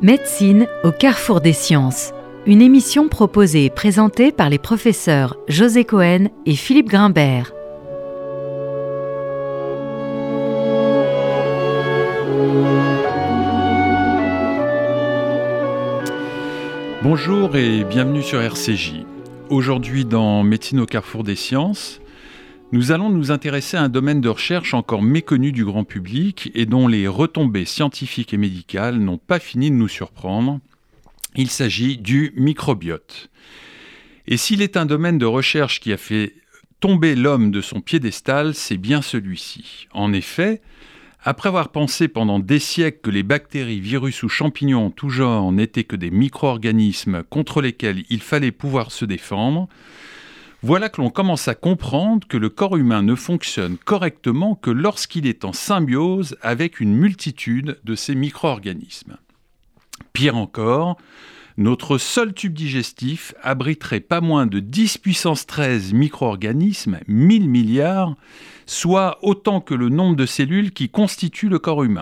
Médecine au carrefour des sciences. Une émission proposée et présentée par les professeurs José Cohen et Philippe Grimbert. Bonjour et bienvenue sur RCJ. Aujourd'hui dans Médecine au carrefour des sciences, nous allons nous intéresser à un domaine de recherche encore méconnu du grand public et dont les retombées scientifiques et médicales n'ont pas fini de nous surprendre. Il s'agit du microbiote. Et s'il est un domaine de recherche qui a fait tomber l'homme de son piédestal, c'est bien celui-ci. En effet, après avoir pensé pendant des siècles que les bactéries, virus ou champignons en tout genre n'étaient que des micro-organismes contre lesquels il fallait pouvoir se défendre, voilà que l'on commence à comprendre que le corps humain ne fonctionne correctement que lorsqu'il est en symbiose avec une multitude de ces micro-organismes. Pire encore, notre seul tube digestif abriterait pas moins de 10 puissance 13 micro-organismes, 1000 milliards, soit autant que le nombre de cellules qui constituent le corps humain.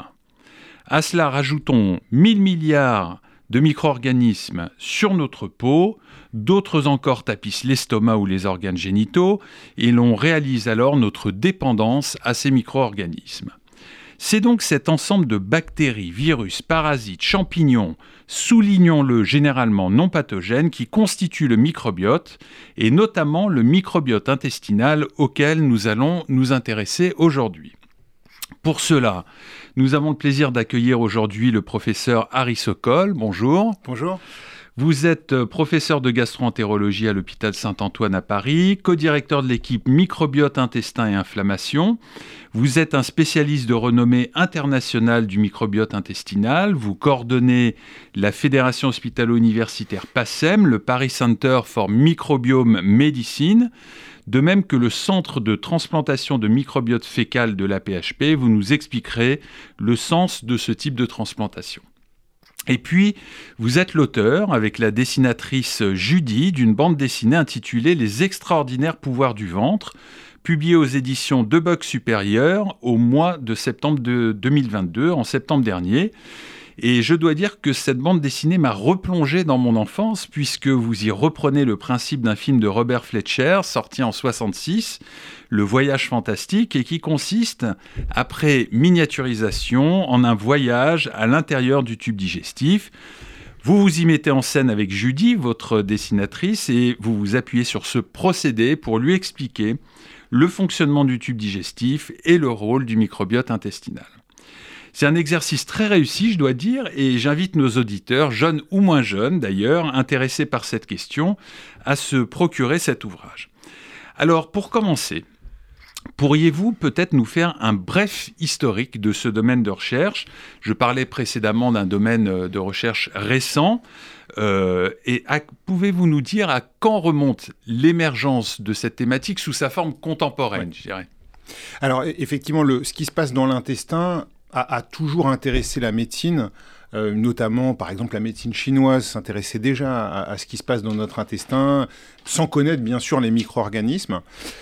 À cela, rajoutons 1000 milliards de micro-organismes sur notre peau, d'autres encore tapissent l'estomac ou les organes génitaux, et l'on réalise alors notre dépendance à ces micro-organismes. C'est donc cet ensemble de bactéries, virus, parasites, champignons, soulignons-le généralement non pathogènes, qui constituent le microbiote, et notamment le microbiote intestinal auquel nous allons nous intéresser aujourd'hui. Pour cela, nous avons le plaisir d'accueillir aujourd'hui le professeur Harry Sokol. Bonjour. Bonjour. Vous êtes professeur de gastro-entérologie à l'hôpital Saint-Antoine à Paris, co-directeur de l'équipe microbiote intestin et inflammation. Vous êtes un spécialiste de renommée internationale du microbiote intestinal. Vous coordonnez la Fédération hospitalo-universitaire PACEM, le Paris Center for Microbiome Medicine, de même que le Centre de transplantation de microbiote fécal de l'AP-HP. Vous nous expliquerez le sens de ce type de transplantation. Et puis, vous êtes l'auteur, avec la dessinatrice Judy, d'une bande dessinée intitulée « Les extraordinaires pouvoirs du ventre », publiée aux éditions Debug Supérieur au mois de septembre 2022, en septembre dernier. Et je dois dire que cette bande dessinée m'a replongé dans mon enfance, puisque vous y reprenez le principe d'un film de Robert Fletcher, sorti en 1966, Le Voyage fantastique, et qui consiste, après miniaturisation, en un voyage à l'intérieur du tube digestif. Vous vous y mettez en scène avec Judy, votre dessinatrice, et vous vous appuyez sur ce procédé pour lui expliquer le fonctionnement du tube digestif et le rôle du microbiote intestinal. C'est un exercice très réussi, je dois dire, et j'invite nos auditeurs, jeunes ou moins jeunes d'ailleurs, intéressés par cette question, à se procurer cet ouvrage. Alors, pour commencer, pourriez-vous peut-être nous faire un bref historique de ce domaine de recherche ? Je parlais précédemment d'un domaine de recherche récent. Pouvez-vous nous dire à quand remonte l'émergence de cette thématique sous sa forme contemporaine, je dirais ? Alors, effectivement, ce qui se passe dans l'intestin a toujours intéressé la médecine, notamment, par exemple, la médecine chinoise s'intéressait déjà à ce qui se passe dans notre intestin, sans connaître, bien sûr, les micro-organismes.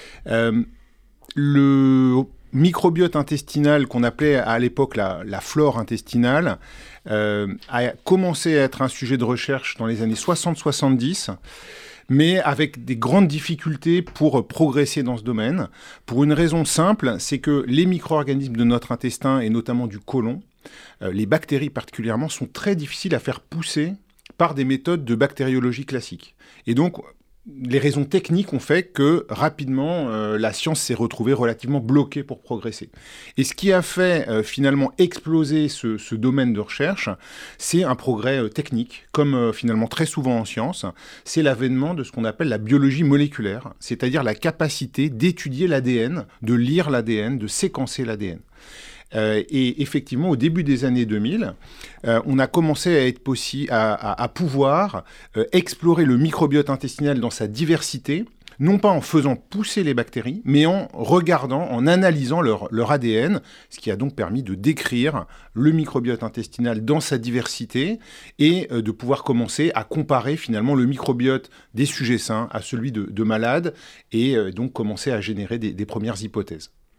Le microbiote intestinal, qu'on appelait à l'époque la flore intestinale, a commencé à être un sujet de recherche dans les années 60-70, mais avec des grandes difficultés pour progresser dans ce domaine, pour une raison simple, c'est que les micro-organismes de notre intestin, et notamment du côlon, les bactéries particulièrement, sont très difficiles à faire pousser par des méthodes de bactériologie classique. Et donc, les raisons techniques ont fait que, rapidement, la science s'est retrouvée relativement bloquée pour progresser. Et ce qui a fait, finalement, exploser ce domaine de recherche, c'est un progrès technique, comme finalement très souvent en science, c'est l'avènement de ce qu'on appelle la biologie moléculaire, c'est-à-dire la capacité d'étudier l'ADN, de lire l'ADN, de séquencer l'ADN. Et effectivement, au début des années 2000, on a commencé à pouvoir explorer le microbiote intestinal dans sa diversité, non pas en faisant pousser les bactéries, mais en regardant, en analysant leur ADN, ce qui a donc permis de décrire le microbiote intestinal dans sa diversité et de pouvoir commencer à comparer finalement le microbiote des sujets sains à celui de malades et donc commencer à générer des premières hypothèses.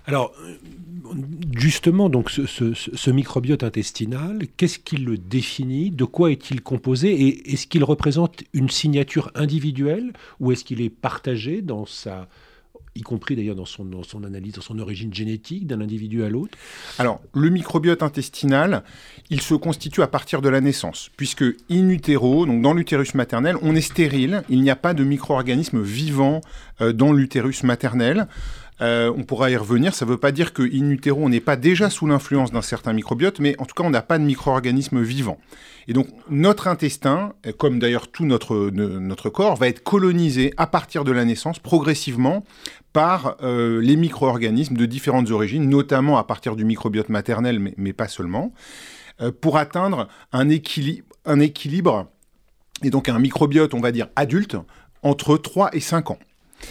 Alors, justement, donc ce microbiote intestinal, qu'est-ce qui le définit? De quoi est-il composé? Et est-ce qu'il représente une signature individuelle ou est-ce qu'il est partagé dans sa... y compris d'ailleurs dans son analyse, dans son origine génétique d'un individu à l'autre? Alors, le microbiote intestinal, il se constitue à partir de la naissance, puisque in utero, donc dans l'utérus maternel, on est stérile, il n'y a pas de micro-organismes vivants dans l'utérus maternel. On pourra y revenir, ça ne veut pas dire que in utero, on n'est pas déjà sous l'influence d'un certain microbiote, mais en tout cas, on n'a pas de micro-organismes vivants. Et donc, notre intestin, comme d'ailleurs tout notre corps, va être colonisé à partir de la naissance, progressivement, par les micro-organismes de différentes origines, notamment à partir du microbiote maternel, mais pas seulement, pour atteindre un équilibre, et donc un microbiote, on va dire, adulte, entre 3 et 5 ans.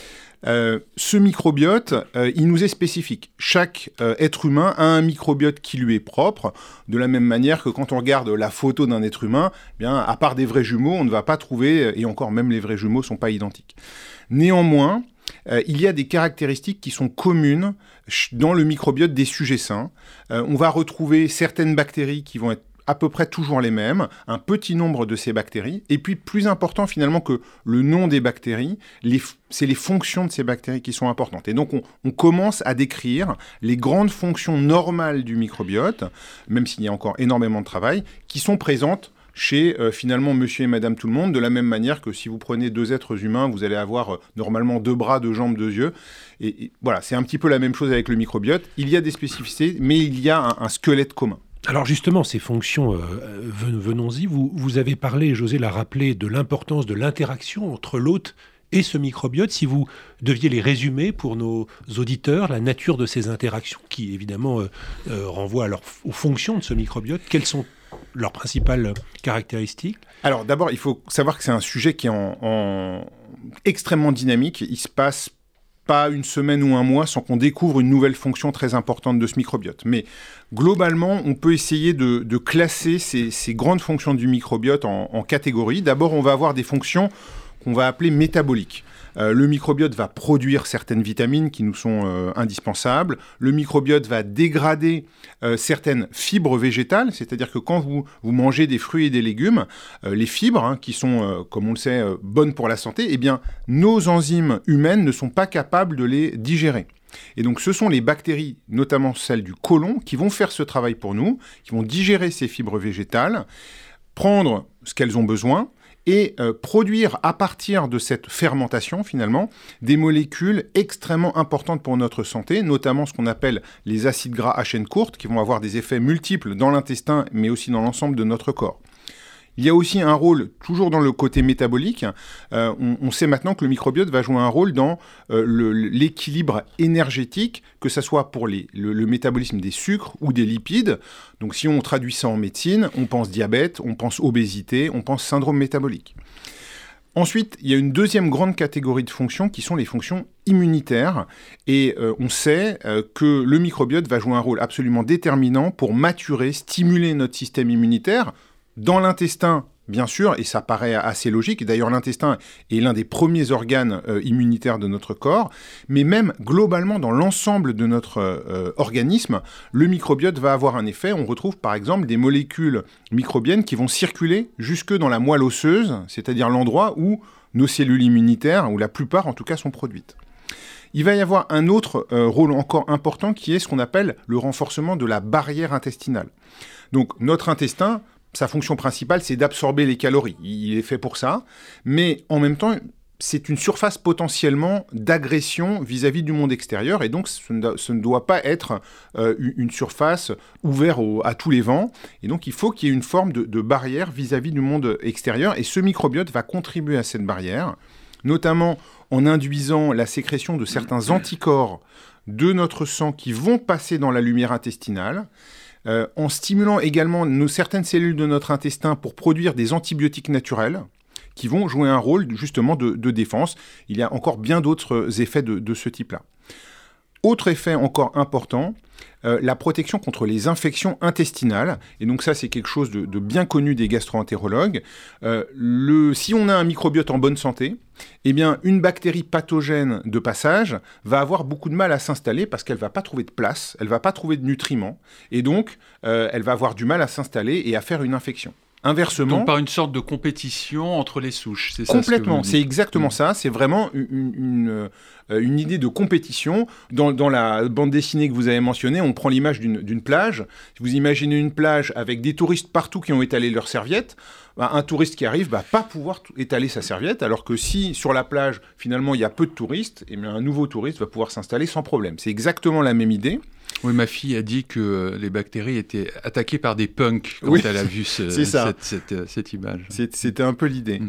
Ce microbiote, il nous est spécifique. Chaque être humain a un microbiote qui lui est propre, de la même manière que quand on regarde la photo d'un être humain, eh bien, à part des vrais jumeaux, on ne va pas trouver, et encore même les vrais jumeaux ne sont pas identiques. Néanmoins, il y a des caractéristiques qui sont communes dans le microbiote des sujets sains. On va retrouver certaines bactéries qui vont être à peu près toujours les mêmes, un petit nombre de ces bactéries, et puis plus important finalement que le nom des bactéries, c'est les fonctions de ces bactéries qui sont importantes. Et donc on commence à décrire les grandes fonctions normales du microbiote, même s'il y a encore énormément de travail, qui sont présentes chez finalement monsieur et madame tout le monde, de la même manière que si vous prenez 2 êtres humains, vous allez avoir normalement 2 bras, 2 jambes, 2 yeux. Et voilà, c'est un petit peu la même chose avec le microbiote. Il y a des spécificités, mais il y a un squelette commun. Alors justement, ces fonctions, venons-y. Vous avez parlé, José l'a rappelé, de l'importance de l'interaction entre l'hôte et ce microbiote. Si vous deviez les résumer pour nos auditeurs, la nature de ces interactions, qui évidemment renvoient aux fonctions de ce microbiote, quelles sont leurs principales caractéristiques? Alors d'abord, il faut savoir que c'est un sujet qui est extrêmement dynamique. Il se passe pas une semaine ou un mois sans qu'on découvre une nouvelle fonction très importante de ce microbiote. Mais globalement, on peut essayer de classer ces grandes fonctions du microbiote en catégories. D'abord, on va avoir des fonctions qu'on va appeler métaboliques. Le microbiote va produire certaines vitamines qui nous sont indispensables. Le microbiote va dégrader certaines fibres végétales, c'est-à-dire que quand vous mangez des fruits et des légumes, les fibres, qui sont, comme on le sait, bonnes pour la santé, eh bien, nos enzymes humaines ne sont pas capables de les digérer. Et donc, ce sont les bactéries, notamment celles du côlon, qui vont faire ce travail pour nous, qui vont digérer ces fibres végétales, prendre ce qu'elles ont besoin, et produire à partir de cette fermentation, finalement, des molécules extrêmement importantes pour notre santé, notamment ce qu'on appelle les acides gras à chaîne courte, qui vont avoir des effets multiples dans l'intestin, mais aussi dans l'ensemble de notre corps. Il y a aussi un rôle, toujours dans le côté métabolique, on sait maintenant que le microbiote va jouer un rôle dans l'équilibre énergétique, que ce soit pour le métabolisme des sucres ou des lipides. Donc si on traduit ça en médecine, on pense diabète, on pense obésité, on pense syndrome métabolique. Ensuite, il y a une deuxième grande catégorie de fonctions qui sont les fonctions immunitaires. Et on sait que le microbiote va jouer un rôle absolument déterminant pour maturer, stimuler notre système immunitaire, dans l'intestin, bien sûr, et ça paraît assez logique. D'ailleurs, l'intestin est l'un des premiers organes immunitaires de notre corps. Mais même globalement, dans l'ensemble de notre organisme, le microbiote va avoir un effet. On retrouve par exemple des molécules microbiennes qui vont circuler jusque dans la moelle osseuse, c'est-à-dire l'endroit où nos cellules immunitaires, ou la plupart en tout cas, sont produites. Il va y avoir un autre rôle encore important qui est ce qu'on appelle le renforcement de la barrière intestinale. Donc notre intestin, sa fonction principale, c'est d'absorber les calories. Il est fait pour ça. Mais en même temps, c'est une surface potentiellement d'agression vis-à-vis du monde extérieur. Et donc, ce ne doit pas être une surface ouverte à tous les vents. Et donc, il faut qu'il y ait une forme de barrière vis-à-vis du monde extérieur. Et ce microbiote va contribuer à cette barrière, notamment en induisant la sécrétion de certains anticorps de notre sang qui vont passer dans la lumière intestinale, en stimulant également certaines cellules de notre intestin pour produire des antibiotiques naturels qui vont jouer un rôle justement de défense. Il y a encore bien d'autres effets de ce type-là. Autre effet encore important, la protection contre les infections intestinales. Et donc ça, c'est quelque chose de bien connu des gastro-entérologues. Si on a un microbiote en bonne santé, eh bien, une bactérie pathogène de passage va avoir beaucoup de mal à s'installer parce qu'elle ne va pas trouver de place, elle ne va pas trouver de nutriments. Et donc, elle va avoir du mal à s'installer et à faire une infection. Inversement, donc par une sorte de compétition entre les souches, c'est ça? Complètement, c'est exactement ça. C'est vraiment une idée de compétition. Dans la bande dessinée que vous avez mentionnée, on prend l'image d'une plage. Vous imaginez une plage avec des touristes partout qui ont étalé leurs serviettes. Un touriste qui arrive va pas pouvoir étaler sa serviette, alors que si sur la plage, finalement, il y a peu de touristes, eh bien, un nouveau touriste va pouvoir s'installer sans problème. C'est exactement la même idée. Oui, ma fille a dit que les bactéries étaient attaquées par des punks quand elle a vu cette image. C'était un peu l'idée.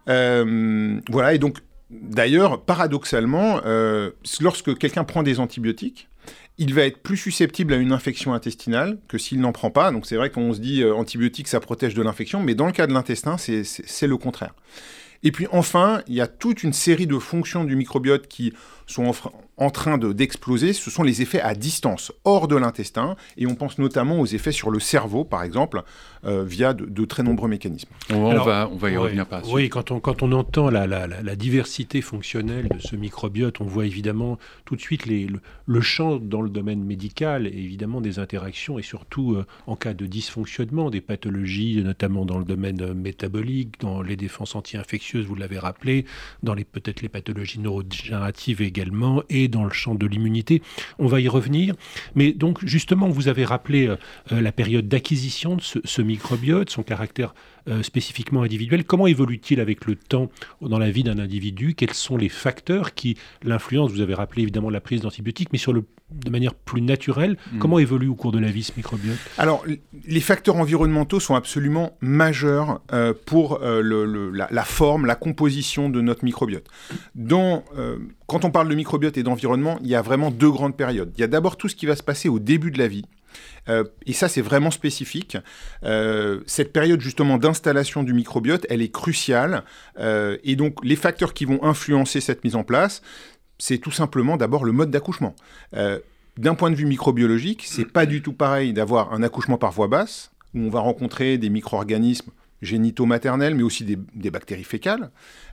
Voilà, et donc, d'ailleurs, paradoxalement, lorsque quelqu'un prend des antibiotiques, il va être plus susceptible à une infection intestinale que s'il n'en prend pas. Donc c'est vrai qu'on se dit antibiotiques, ça protège de l'infection, mais dans le cas de l'intestin, c'est le contraire. Et puis enfin, il y a toute une série de fonctions du microbiote qui sont en train d'exploser. Ce sont les effets à distance, hors de l'intestin. Et on pense notamment aux effets sur le cerveau, par exemple, via de très nombreux mécanismes. On va y revenir par la suite. Oui, quand on entend la diversité fonctionnelle de ce microbiote, on voit évidemment tout de suite le champ dans le domaine médical, et évidemment des interactions, et surtout en cas de dysfonctionnement, des pathologies, notamment dans le domaine métabolique, dans les défenses anti-infectieuses, vous l'avez rappelé, dans peut-être les pathologies neurodégénératives également, et dans le champ de l'immunité. On va y revenir. Mais donc, justement, vous avez rappelé la période d'acquisition de ce microbiote, son caractère spécifiquement individuel. Comment évolue-t-il avec le temps dans la vie d'un individu? Quels sont les facteurs qui l'influencent? Vous avez rappelé évidemment la prise d'antibiotiques, mais de manière plus naturelle, comment évolue au cours de la vie ce microbiote? Alors, les facteurs environnementaux sont absolument majeurs pour la forme, la composition de notre microbiote. Quand on parle de microbiote et d'environnement, il y a vraiment deux grandes périodes. Il y a d'abord tout ce qui va se passer au début de la vie. Et ça, c'est vraiment spécifique. Cette période, justement, d'installation du microbiote, elle est cruciale. Et donc, les facteurs qui vont influencer cette mise en place, c'est tout simplement d'abord le mode d'accouchement. D'un point de vue microbiologique, c'est pas du tout pareil d'avoir un accouchement par voie basse, où on va rencontrer des micro-organismes génito-maternels, mais aussi des bactéries fécales.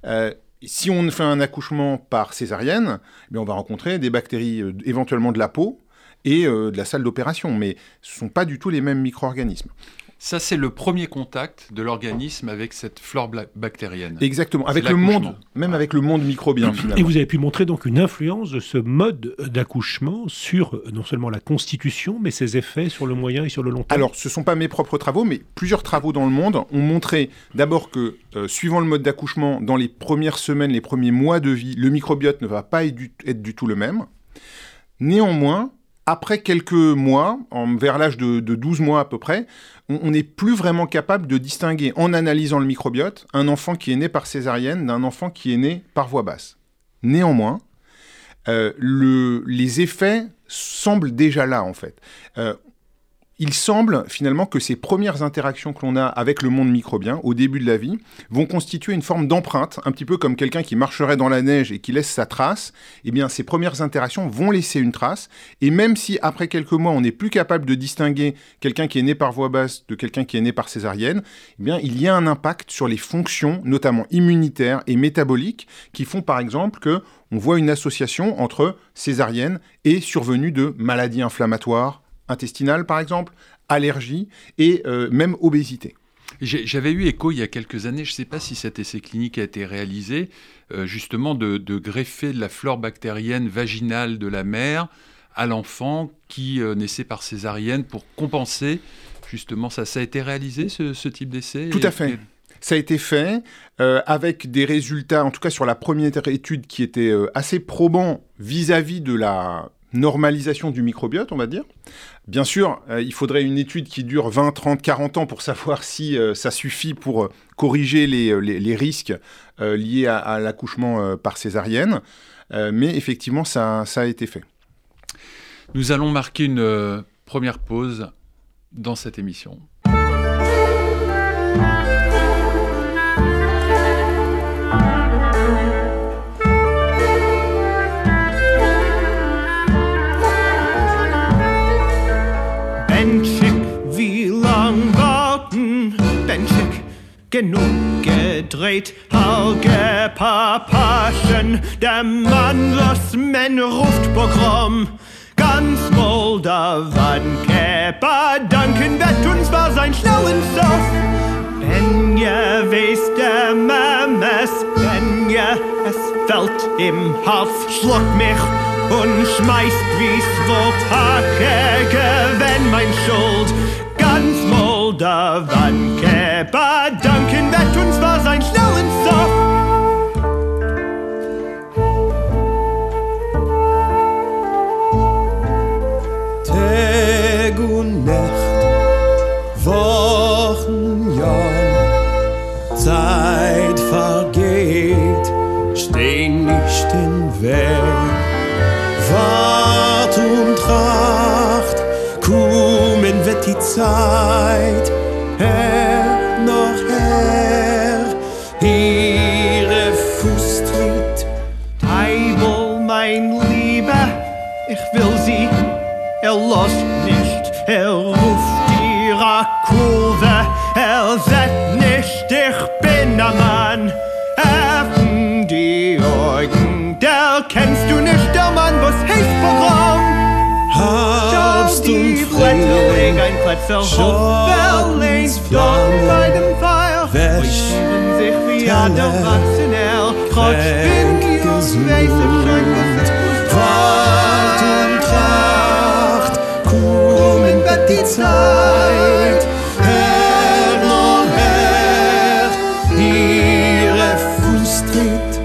Si on fait un accouchement par césarienne, eh bien on va rencontrer des bactéries éventuellement de la peau, et de la salle d'opération, mais ce ne sont pas du tout les mêmes micro-organismes. Ça, c'est le premier contact de l'organisme avec cette flore bactérienne. Exactement, avec le monde, même avec le monde microbien finalement. Et vous avez pu montrer donc une influence de ce mode d'accouchement sur non seulement la constitution, mais ses effets sur le moyen et sur le long terme. Alors, ce ne sont pas mes propres travaux, mais plusieurs travaux dans le monde ont montré d'abord que, suivant le mode d'accouchement, dans les premières semaines, les premiers mois de vie, le microbiote ne va pas être du tout le même. Néanmoins, après quelques mois, vers l'âge de 12 mois à peu près, on n'est plus vraiment capable de distinguer, en analysant le microbiote, un enfant qui est né par césarienne d'un enfant qui est né par voie basse. Néanmoins, les effets semblent déjà là, en fait. Il semble finalement que ces premières interactions que l'on a avec le monde microbien au début de la vie vont constituer une forme d'empreinte, un petit peu comme quelqu'un qui marcherait dans la neige et qui laisse sa trace. Eh bien, ces premières interactions vont laisser une trace. Et même si après quelques mois, on n'est plus capable de distinguer quelqu'un qui est né par voie basse de quelqu'un qui est né par césarienne, eh bien, il y a un impact sur les fonctions, notamment immunitaires et métaboliques, qui font par exemple qu'on voit une association entre césarienne et survenue de maladies inflammatoires, intestinale par exemple, allergie et même obésité. J'avais eu écho il y a quelques années, je ne sais pas si cet essai clinique a été réalisé, justement de greffer de la flore bactérienne vaginale de la mère à l'enfant qui naissait par césarienne pour compenser justement ça. Ça a été réalisé ce type d'essai? Tout à fait. Ça a été fait avec des résultats, en tout cas sur la première étude, qui étaient assez probants vis-à-vis de la normalisation du microbiote, on va dire. Bien sûr, il faudrait une étude qui dure 20, 30, 40 ans pour savoir si ça suffit pour corriger les risques liés à l'accouchement par césarienne. Mais effectivement, ça a été fait. Nous allons marquer une première pause dans cette émission. genug gedreht, Hauge Papaschen, der Mannlos Men ruft Pogrom. Ganz Moldawan Käper danken wird uns war sein schlauen Sof. Wenn je weißt, der Mames, wenn je es fällt im Hals, schluckt mich und schmeißt wie's wollt Hacke, gewinn mein Schuld. Ganz Moldawan Käper danken wird uns war sein schlauen Sof. Tag und Nacht, Wochen, Jahr, Zeit vergeht, steh nicht im Weg. Wart und Tracht, kommen wird die Zeit, Herr noch Herr, ihre Fuß tritt. Teibel, mein Lieber, ich will sie, lässt nicht, ruft ihrer Kurve, sagt nicht, ich bin ein Mann. Öffn die Augen, der kennst du nicht, der Mann, was heißt Programm. Habst die und Blätter legen ein Kletzer hoch, verlehnt dort bei dem Feuer. Und schieben sich wie an der Wachsenell, trotz Wind und weiße Schreck. Wart und Tracht, kommen wird die Zeit, Herr noch Herr, ihre Fuß tritt.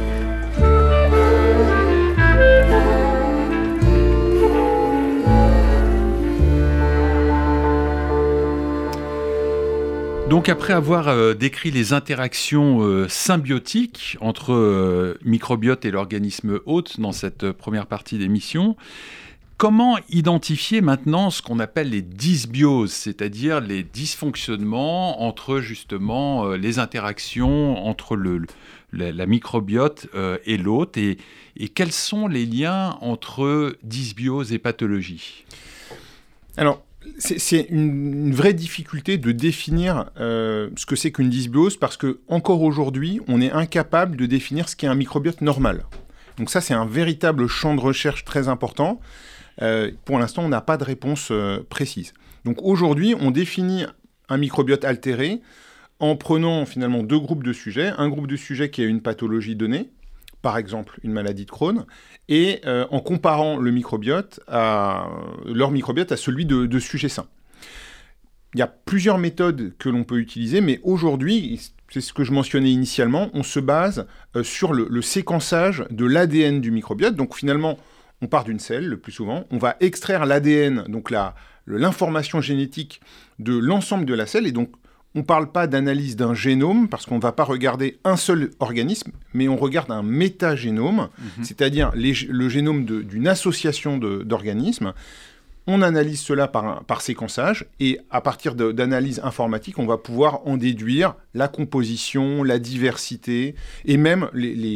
Donc après avoir décrit les interactions symbiotiques entre microbiote et l'organisme hôte dans cette première partie d'émission, comment identifier maintenant ce qu'on appelle les dysbioses, c'est-à-dire les dysfonctionnements entre justement les interactions entre la microbiote et l'hôte et quels sont les liens entre dysbiose et pathologie ? Alors, c'est une vraie difficulté de définir ce que c'est qu'une dysbiose parce que encore aujourd'hui, on est incapable de définir ce qu'est un microbiote normal. Donc ça, c'est un véritable champ de recherche très important. Pour l'instant, on n'a pas de réponse précise. Donc aujourd'hui, on définit un microbiote altéré en prenant finalement deux groupes de sujets. Un groupe de sujets qui a une pathologie donnée, par exemple une maladie de Crohn, et en comparant leur microbiote à celui de sujets sains. Il y a plusieurs méthodes que l'on peut utiliser, mais aujourd'hui, c'est ce que je mentionnais initialement, on se base sur le séquençage de l'ADN du microbiote. Donc finalement, on part d'une selle, le plus souvent, on va extraire l'ADN, donc l'information génétique de l'ensemble de la selle, et donc on ne parle pas d'analyse d'un génome, parce qu'on ne va pas regarder un seul organisme, mais on regarde un métagénome, c'est-à-dire le génome d'une association d'organismes. On analyse cela par séquençage, et à partir d'analyses informatiques, on va pouvoir en déduire la composition, la diversité, et même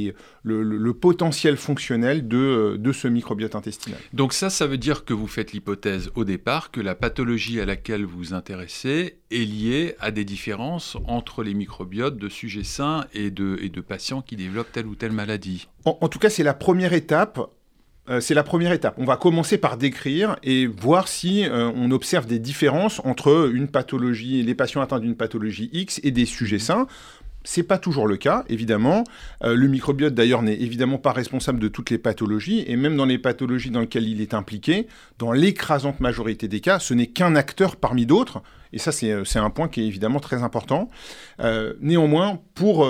le potentiel fonctionnel de ce microbiote intestinal. Donc ça veut dire que vous faites l'hypothèse au départ que la pathologie à laquelle vous vous intéressez est liée à des différences entre les microbiotes de sujets sains et de patients qui développent telle ou telle maladie. En tout cas, c'est la première étape. On va commencer par décrire et voir si on observe des différences entre les patients atteints d'une pathologie X et des sujets sains. C'est pas toujours le cas, évidemment. Le microbiote, d'ailleurs, n'est évidemment pas responsable de toutes les pathologies, et même dans les pathologies dans lesquelles il est impliqué, dans l'écrasante majorité des cas, ce n'est qu'un acteur parmi d'autres, et ça, c'est un point qui est évidemment très important. Néanmoins, pour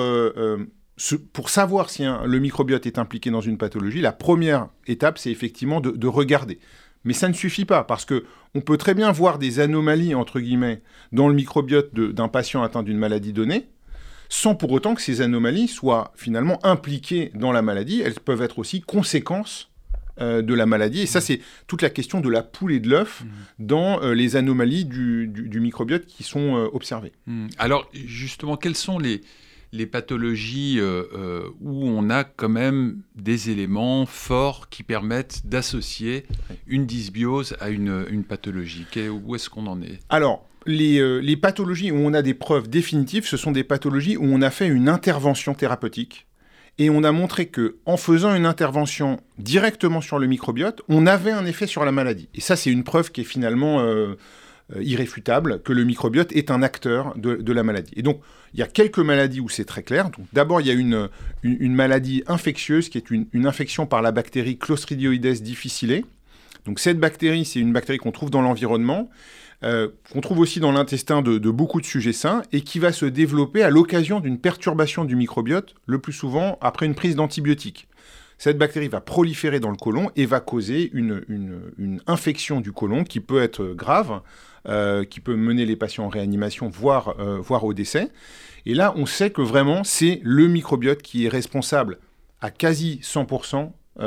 savoir si le microbiote est impliqué dans une pathologie, la première étape, c'est effectivement de regarder. Mais ça ne suffit pas, parce qu'on peut très bien voir des anomalies, entre guillemets, dans le microbiote d'un patient atteint d'une maladie donnée, sans pour autant que ces anomalies soient finalement impliquées dans la maladie. Elles peuvent être aussi conséquences de la maladie. Et ça, c'est toute la question de la poule et de l'œuf dans les anomalies du microbiote qui sont observées. Alors, justement, quelles sont les pathologies où on a quand même des éléments forts qui permettent d'associer une dysbiose à une pathologie? Où est-ce qu'on en est? Alors, les pathologies où on a des preuves définitives, ce sont des pathologies où on a fait une intervention thérapeutique. Et on a montré qu'en faisant une intervention directement sur le microbiote, on avait un effet sur la maladie. Et ça, c'est une preuve qui est finalement irréfutable, que le microbiote est un acteur de la maladie. Et donc, il y a quelques maladies où c'est très clair. Donc, d'abord, il y a une maladie infectieuse qui est une infection par la bactérie Clostridioides difficile. Donc, cette bactérie, c'est une bactérie qu'on trouve dans l'environnement, qu'on trouve aussi dans l'intestin de beaucoup de sujets sains et qui va se développer à l'occasion d'une perturbation du microbiote, le plus souvent après une prise d'antibiotiques. Cette bactérie va proliférer dans le côlon et va causer une infection du côlon qui peut être grave, qui peut mener les patients en réanimation, voire au décès. Et là, on sait que vraiment, c'est le microbiote qui est responsable à quasi 100%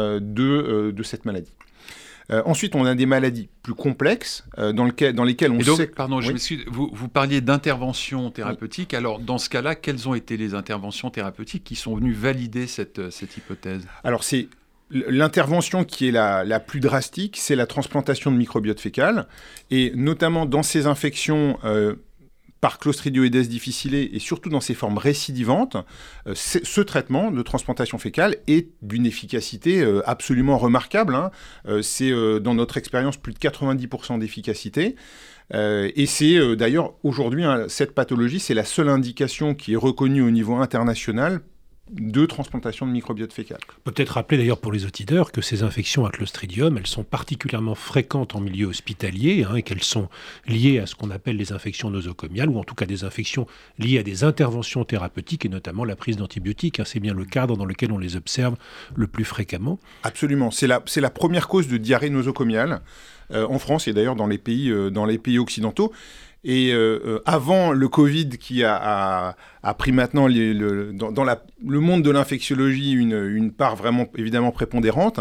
de cette maladie. Ensuite, on a des maladies plus complexes dans lesquelles on sait... Pardon, je m'excuse, vous parliez d'interventions thérapeutiques. Oui. Alors, dans ce cas-là, quelles ont été les interventions thérapeutiques qui sont venues valider cette hypothèse ? Alors, c'est l'intervention qui est la plus drastique, c'est la transplantation de microbiote fécal. Et notamment dans ces infections... par Clostridioides difficile et surtout dans ses formes récidivantes, ce traitement de transplantation fécale est d'une efficacité absolument remarquable. C'est dans notre expérience plus de 90% d'efficacité. Et c'est d'ailleurs aujourd'hui, cette pathologie, c'est la seule indication qui est reconnue au niveau international de transplantation de microbiote fécal. On peut peut-être rappeler d'ailleurs pour les auditeurs que ces infections à Clostridium, elles sont particulièrement fréquentes en milieu hospitalier et qu'elles sont liées à ce qu'on appelle les infections nosocomiales ou en tout cas des infections liées à des interventions thérapeutiques et notamment la prise d'antibiotiques. C'est bien le cadre dans lequel on les observe le plus fréquemment. Absolument. C'est la première cause de diarrhée nosocomiale en France et d'ailleurs dans les pays occidentaux. Et avant le Covid qui a pris maintenant dans le monde de l'infectiologie une part vraiment évidemment prépondérante,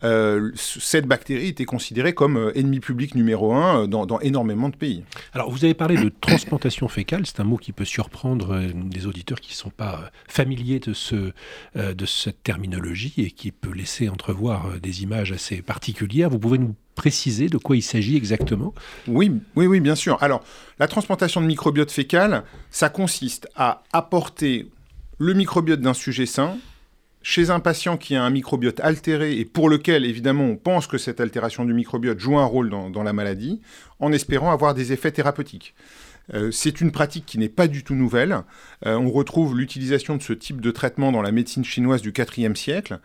cette bactérie était considérée comme ennemi public numéro 1 dans énormément de pays. Alors vous avez parlé de transplantation fécale, c'est un mot qui peut surprendre des auditeurs qui ne sont pas familiers de cette terminologie et qui peut laisser entrevoir des images assez particulières. Vous pouvez nous préciser de quoi il s'agit exactement ? Oui, bien sûr. Alors, la transplantation de microbiote fécal, ça consiste à apporter le microbiote d'un sujet sain chez un patient qui a un microbiote altéré et pour lequel, évidemment, on pense que cette altération du microbiote joue un rôle dans la maladie, en espérant avoir des effets thérapeutiques. C'est une pratique qui n'est pas du tout nouvelle. On retrouve l'utilisation de ce type de traitement dans la médecine chinoise du IVe siècle.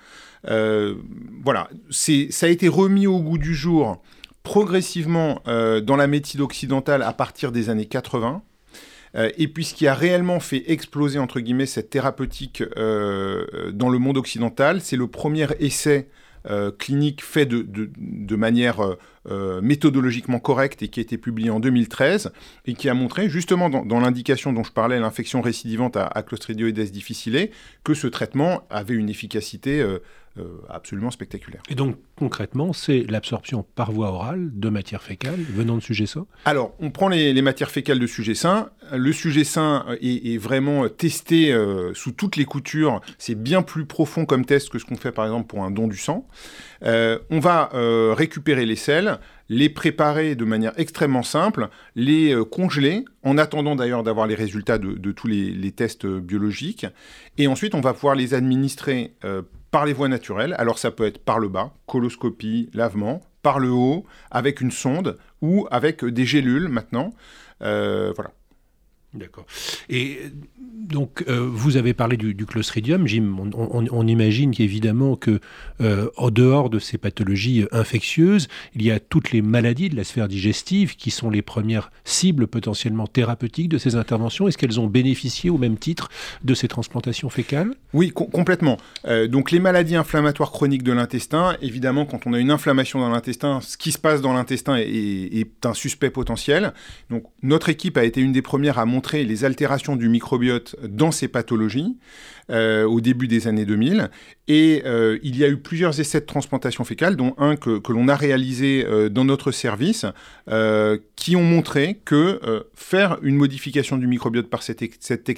Voilà, ça a été remis au goût du jour progressivement dans la médecine occidentale à partir des années 80. Et puis ce qui a réellement fait exploser, entre guillemets, cette thérapeutique dans le monde occidental, c'est le premier essai clinique fait de manière méthodologiquement correcte et qui a été publié en 2013 et qui a montré justement dans l'indication dont je parlais, l'infection récidivante à Clostridioides difficile, que ce traitement avait une efficacité absolument spectaculaire. Et donc concrètement, c'est l'absorption par voie orale de matières fécales venant de sujets sains ? Alors, on prend les matières fécales de sujets sains. Le sujet sain est vraiment testé sous toutes les coutures. C'est bien plus profond comme test que ce qu'on fait par exemple pour un don du sang. On va récupérer les selles, les préparer de manière extrêmement simple, les congeler, en attendant d'ailleurs d'avoir les résultats de tous les tests biologiques. Et ensuite, on va pouvoir les administrer par les voies naturelles. Alors ça peut être par le bas, coloscopie, lavement, par le haut, avec une sonde ou avec des gélules maintenant. Voilà. D'accord. Et donc, vous avez parlé du Clostridium, Jim. On imagine qu'évidemment que, en dehors de ces pathologies infectieuses, il y a toutes les maladies de la sphère digestive qui sont les premières cibles potentiellement thérapeutiques de ces interventions. Est-ce qu'elles ont bénéficié au même titre de ces transplantations fécales ? Oui, complètement. Donc, les maladies inflammatoires chroniques de l'intestin, évidemment, quand on a une inflammation dans l'intestin, ce qui se passe dans l'intestin est un suspect potentiel. Donc, notre équipe a été une des premières à montrer les altérations du microbiote dans ces pathologies au début des années 2000. Et il y a eu plusieurs essais de transplantation fécale, dont un que l'on a réalisé dans notre service, qui ont montré que faire une modification du microbiote par cette technique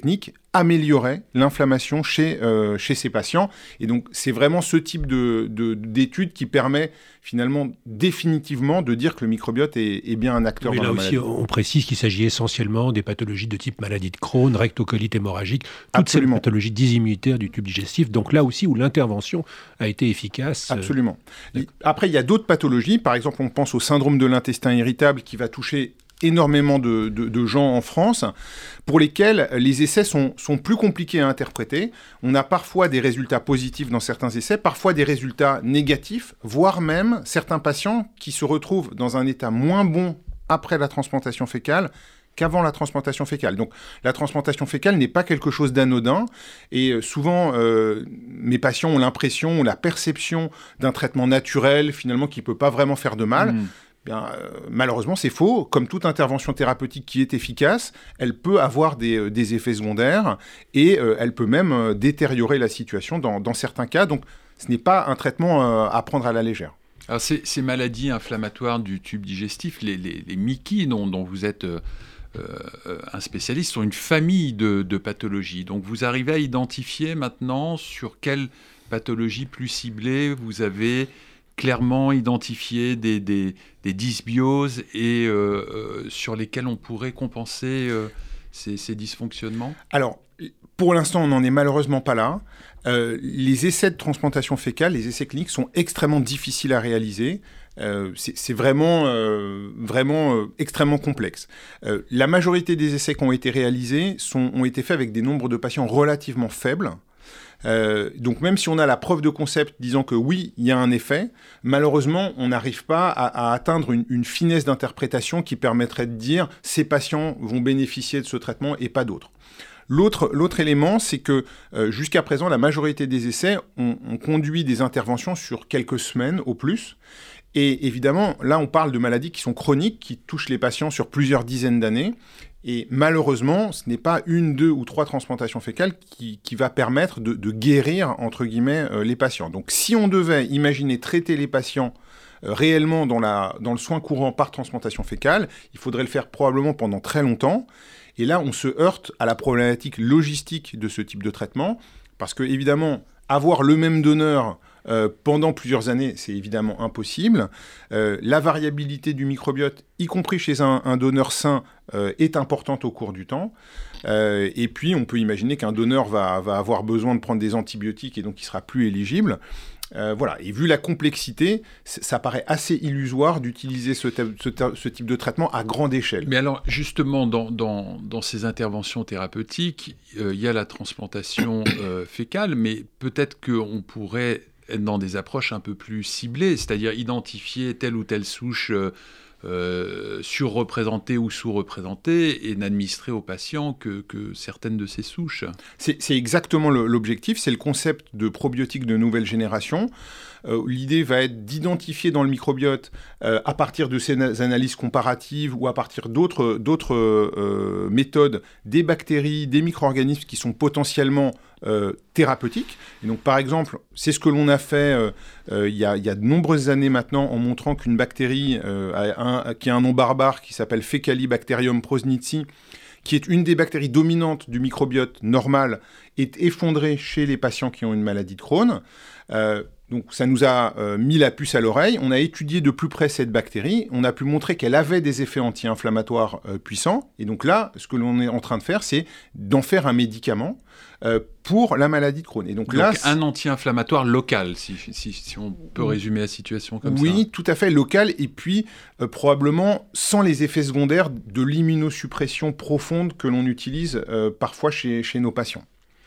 améliorait l'inflammation chez ces patients. Et donc, c'est vraiment ce type d'étude qui permet finalement définitivement de dire que le microbiote est bien un acteur dans la maladie. Là aussi, on précise qu'il s'agit essentiellement des pathologies de type maladie de Crohn, rectocolite hémorragique, toutes ces pathologies dysimmunitaires du tube digestif. Donc là aussi où l'intervention a été efficace. Absolument. Après, il y a d'autres pathologies. Par exemple, on pense au syndrome de l'intestin irritable qui va toucher énormément de gens en France, pour lesquels les essais sont plus compliqués à interpréter. On a parfois des résultats positifs dans certains essais, parfois des résultats négatifs, voire même certains patients qui se retrouvent dans un état moins bon après la transplantation fécale qu'avant la transplantation fécale. Donc la transplantation fécale n'est pas quelque chose d'anodin, et souvent mes patients ont l'impression, ont la perception d'un traitement naturel, finalement, qui ne peut pas vraiment faire de mal. Bien, malheureusement, c'est faux. Comme toute intervention thérapeutique qui est efficace, elle peut avoir des effets secondaires et elle peut même détériorer la situation dans certains cas. Donc, ce n'est pas un traitement à prendre à la légère. Alors, ces maladies inflammatoires du tube digestif, les MICI dont vous êtes un spécialiste, sont une famille de pathologies. Donc, vous arrivez à identifier maintenant sur quelle pathologie plus ciblée vous avez clairement identifié des dysbioses et sur lesquels on pourrait compenser ces dysfonctionnements ? Alors, pour l'instant, on n'en est malheureusement pas là. Les essais de transplantation fécale, les essais cliniques sont extrêmement difficiles à réaliser. C'est vraiment extrêmement complexe. La majorité des essais qui ont été réalisés ont été faits avec des nombres de patients relativement faibles. Donc même si on a la preuve de concept disant que oui, il y a un effet, malheureusement, on n'arrive pas à atteindre une finesse d'interprétation qui permettrait de dire ces patients vont bénéficier de ce traitement et pas d'autres. L'autre élément, c'est que jusqu'à présent, la majorité des essais ont conduit des interventions sur quelques semaines au plus. Et évidemment, là, on parle de maladies qui sont chroniques, qui touchent les patients sur plusieurs dizaines d'années. Et malheureusement, ce n'est pas 1, 2 ou 3 transplantations fécales qui va permettre de guérir, entre guillemets, les patients. Donc, si on devait imaginer traiter les patients réellement dans le soin courant par transplantation fécale, il faudrait le faire probablement pendant très longtemps. Et là, on se heurte à la problématique logistique de ce type de traitement, parce que, évidemment, avoir le même donneur pendant plusieurs années, c'est évidemment impossible. La variabilité du microbiote, y compris chez un donneur sain, est importante au cours du temps. Et puis, on peut imaginer qu'un donneur va avoir besoin de prendre des antibiotiques et donc il sera plus éligible. Voilà. Et vu la complexité, ça paraît assez illusoire d'utiliser ce type de traitement à grande échelle. Mais alors, justement, dans ces interventions thérapeutiques, il y a la transplantation fécale, mais peut-être qu'on pourrait être dans des approches un peu plus ciblées, c'est-à-dire identifier telle ou telle souche surreprésentée ou sous-représentée et n'administrer aux patients que certaines de ces souches. C'est exactement l'objectif, c'est le concept de probiotiques de nouvelle génération. L'idée va être d'identifier dans le microbiote, à partir de ces analyses comparatives ou à partir d'autres méthodes, des bactéries, des micro-organismes qui sont potentiellement thérapeutiques. Et donc, par exemple, c'est ce que l'on a fait il y a de nombreuses années maintenant en montrant qu'une bactérie qui a un nom barbare qui s'appelle Faecalibacterium prausnitzii, qui est une des bactéries dominantes du microbiote normal, est effondrée chez les patients qui ont une maladie de Crohn. Donc ça nous a mis la puce à l'oreille. On a étudié de plus près cette bactérie. On a pu montrer qu'elle avait des effets anti-inflammatoires puissants. Et donc là, ce que l'on est en train de faire, c'est d'en faire un médicament pour la maladie de Crohn. Et donc là, un anti-inflammatoire local, si on peut résumer la situation comme ça. Oui, tout à fait, local. Et puis, probablement sans les effets secondaires de l'immunosuppression profonde que l'on utilise parfois chez nos patients.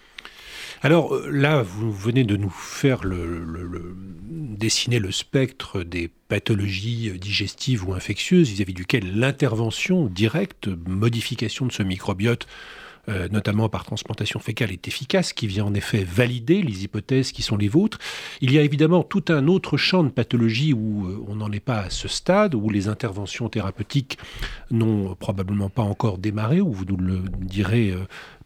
Alors là, vous venez de nous faire dessiner le spectre des pathologies digestives ou infectieuses vis-à-vis duquel l'intervention directe, modification de ce microbiote, notamment par transplantation fécale, est efficace, qui vient en effet valider les hypothèses qui sont les vôtres. Il y a évidemment tout un autre champ de pathologies où on n'en est pas à ce stade, où les interventions thérapeutiques n'ont probablement pas encore démarré, où vous nous le direz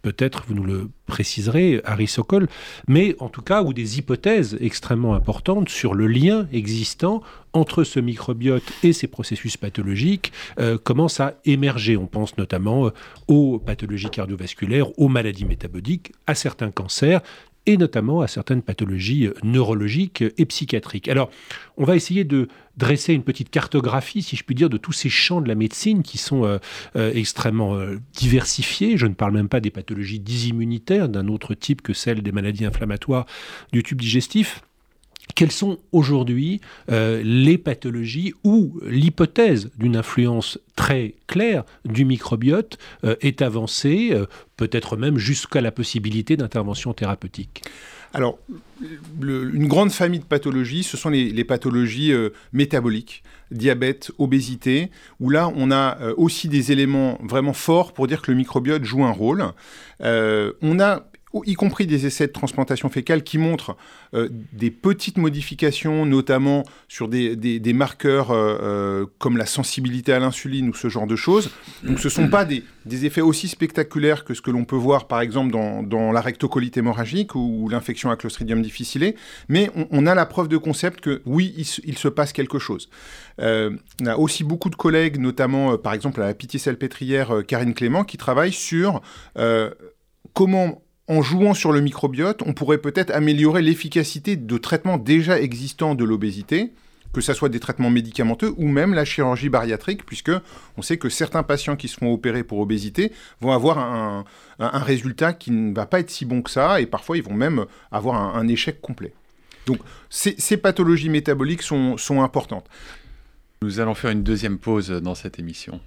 peut-être, vous nous le préciserez, Harry Sokol, mais en tout cas, ou des hypothèses extrêmement importantes sur le lien existant entre ce microbiote et ces processus pathologiques commencent à émerger. On pense notamment aux pathologies cardiovasculaires, aux maladies métaboliques, à certains cancers, et notamment à certaines pathologies neurologiques et psychiatriques. Alors, on va essayer de dresser une petite cartographie, si je puis dire, de tous ces champs de la médecine qui sont extrêmement diversifiés. Je ne parle même pas des pathologies dysimmunitaires, d'un autre type que celles des maladies inflammatoires du tube digestif. Quelles sont aujourd'hui les pathologies où l'hypothèse d'une influence très claire du microbiote est avancée, peut-être même jusqu'à la possibilité d'intervention thérapeutique? Alors, une grande famille de pathologies, ce sont les pathologies métaboliques, diabète, obésité, où là, on a aussi des éléments vraiment forts pour dire que le microbiote joue un rôle. On a y compris des essais de transplantation fécale qui montrent des petites modifications, notamment sur des marqueurs comme la sensibilité à l'insuline ou ce genre de choses. Donc ce ne sont pas des effets aussi spectaculaires que ce que l'on peut voir, par exemple, dans la rectocolite hémorragique ou l'infection à Clostridium difficile, mais on a la preuve de concept que, oui, il se passe quelque chose. On a aussi beaucoup de collègues, notamment, par exemple, à la Pitié-Salpêtrière, Karine Clément, qui travaille sur comment... En jouant sur le microbiote, on pourrait peut-être améliorer l'efficacité de traitements déjà existants de l'obésité, que ce soit des traitements médicamenteux ou même la chirurgie bariatrique, puisque on sait que certains patients qui se font opérer pour obésité vont avoir un résultat qui ne va pas être si bon que ça, et parfois ils vont même avoir un échec complet. Donc ces pathologies métaboliques sont importantes. Nous allons faire une deuxième pause dans cette émission.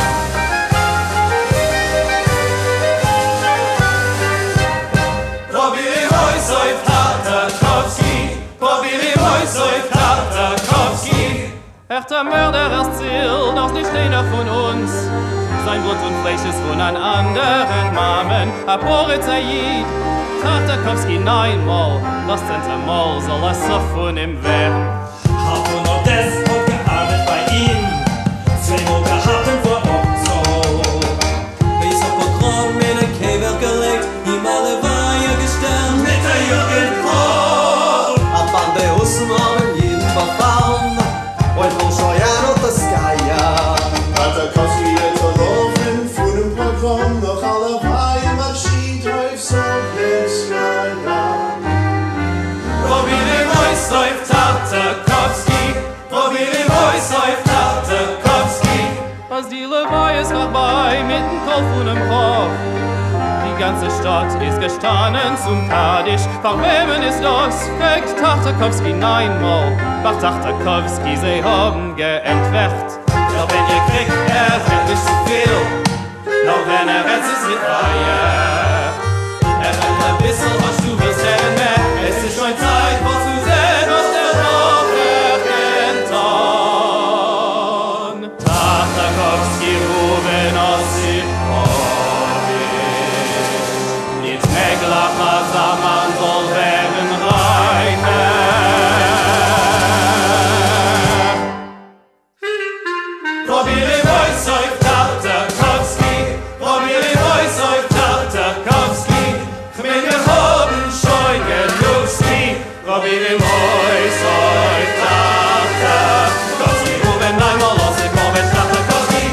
Der Mörder ist Ziel, doch nicht einer von uns. Sein Blut und Fleisch ist von einem anderen Namen. Boris Said, Tartakovsky neunmal, das 10. Mal soll es so von ihm werden. Hab und Odess und gearbeitet bei ihm, 2-mal gehabt und vor Ort so. Wie so Programm in der Käfer gelegt, ihm alle Weihe gestellt. Mit der Jugendfrau, ab an der Hussen haben jeden verfahren. Und Bolschoyan und das Skaya. Tartakovsky hat verlaufen von dem Programm, noch alle Weihe Abschied auf Sowjetskaya. Probier Voice auf Tartakovsky, probier Voice auf Tartakovsky. Was die Lewei ist vorbei mit dem Kopf und dem Kopf. Die ganze Stadt ist gestanden zum Kaddisch. Vor wem ist das? Fragt Tartakovsky neunmal. Doch Tartakovsky, sie haben geentwerft. Doch wenn ihr kriegt, wird nicht zu viel. Doch wenn rettet, ist mit Feier. Rettet ein bisschen, was du willst, mehr. Es ist schon Zeit, was zu sehen, was der noch erkennt an. Tartakovsky, rufen aus sich. Meglacha Zaman soll werden reiner. Probier Voice auf Tartakovsky, probier Voice auf Tartakovsky. Wir haben schon Gelowski, probier Voice auf Tartakovsky. Ruben einmal los, ich komme mit Tartakovsky.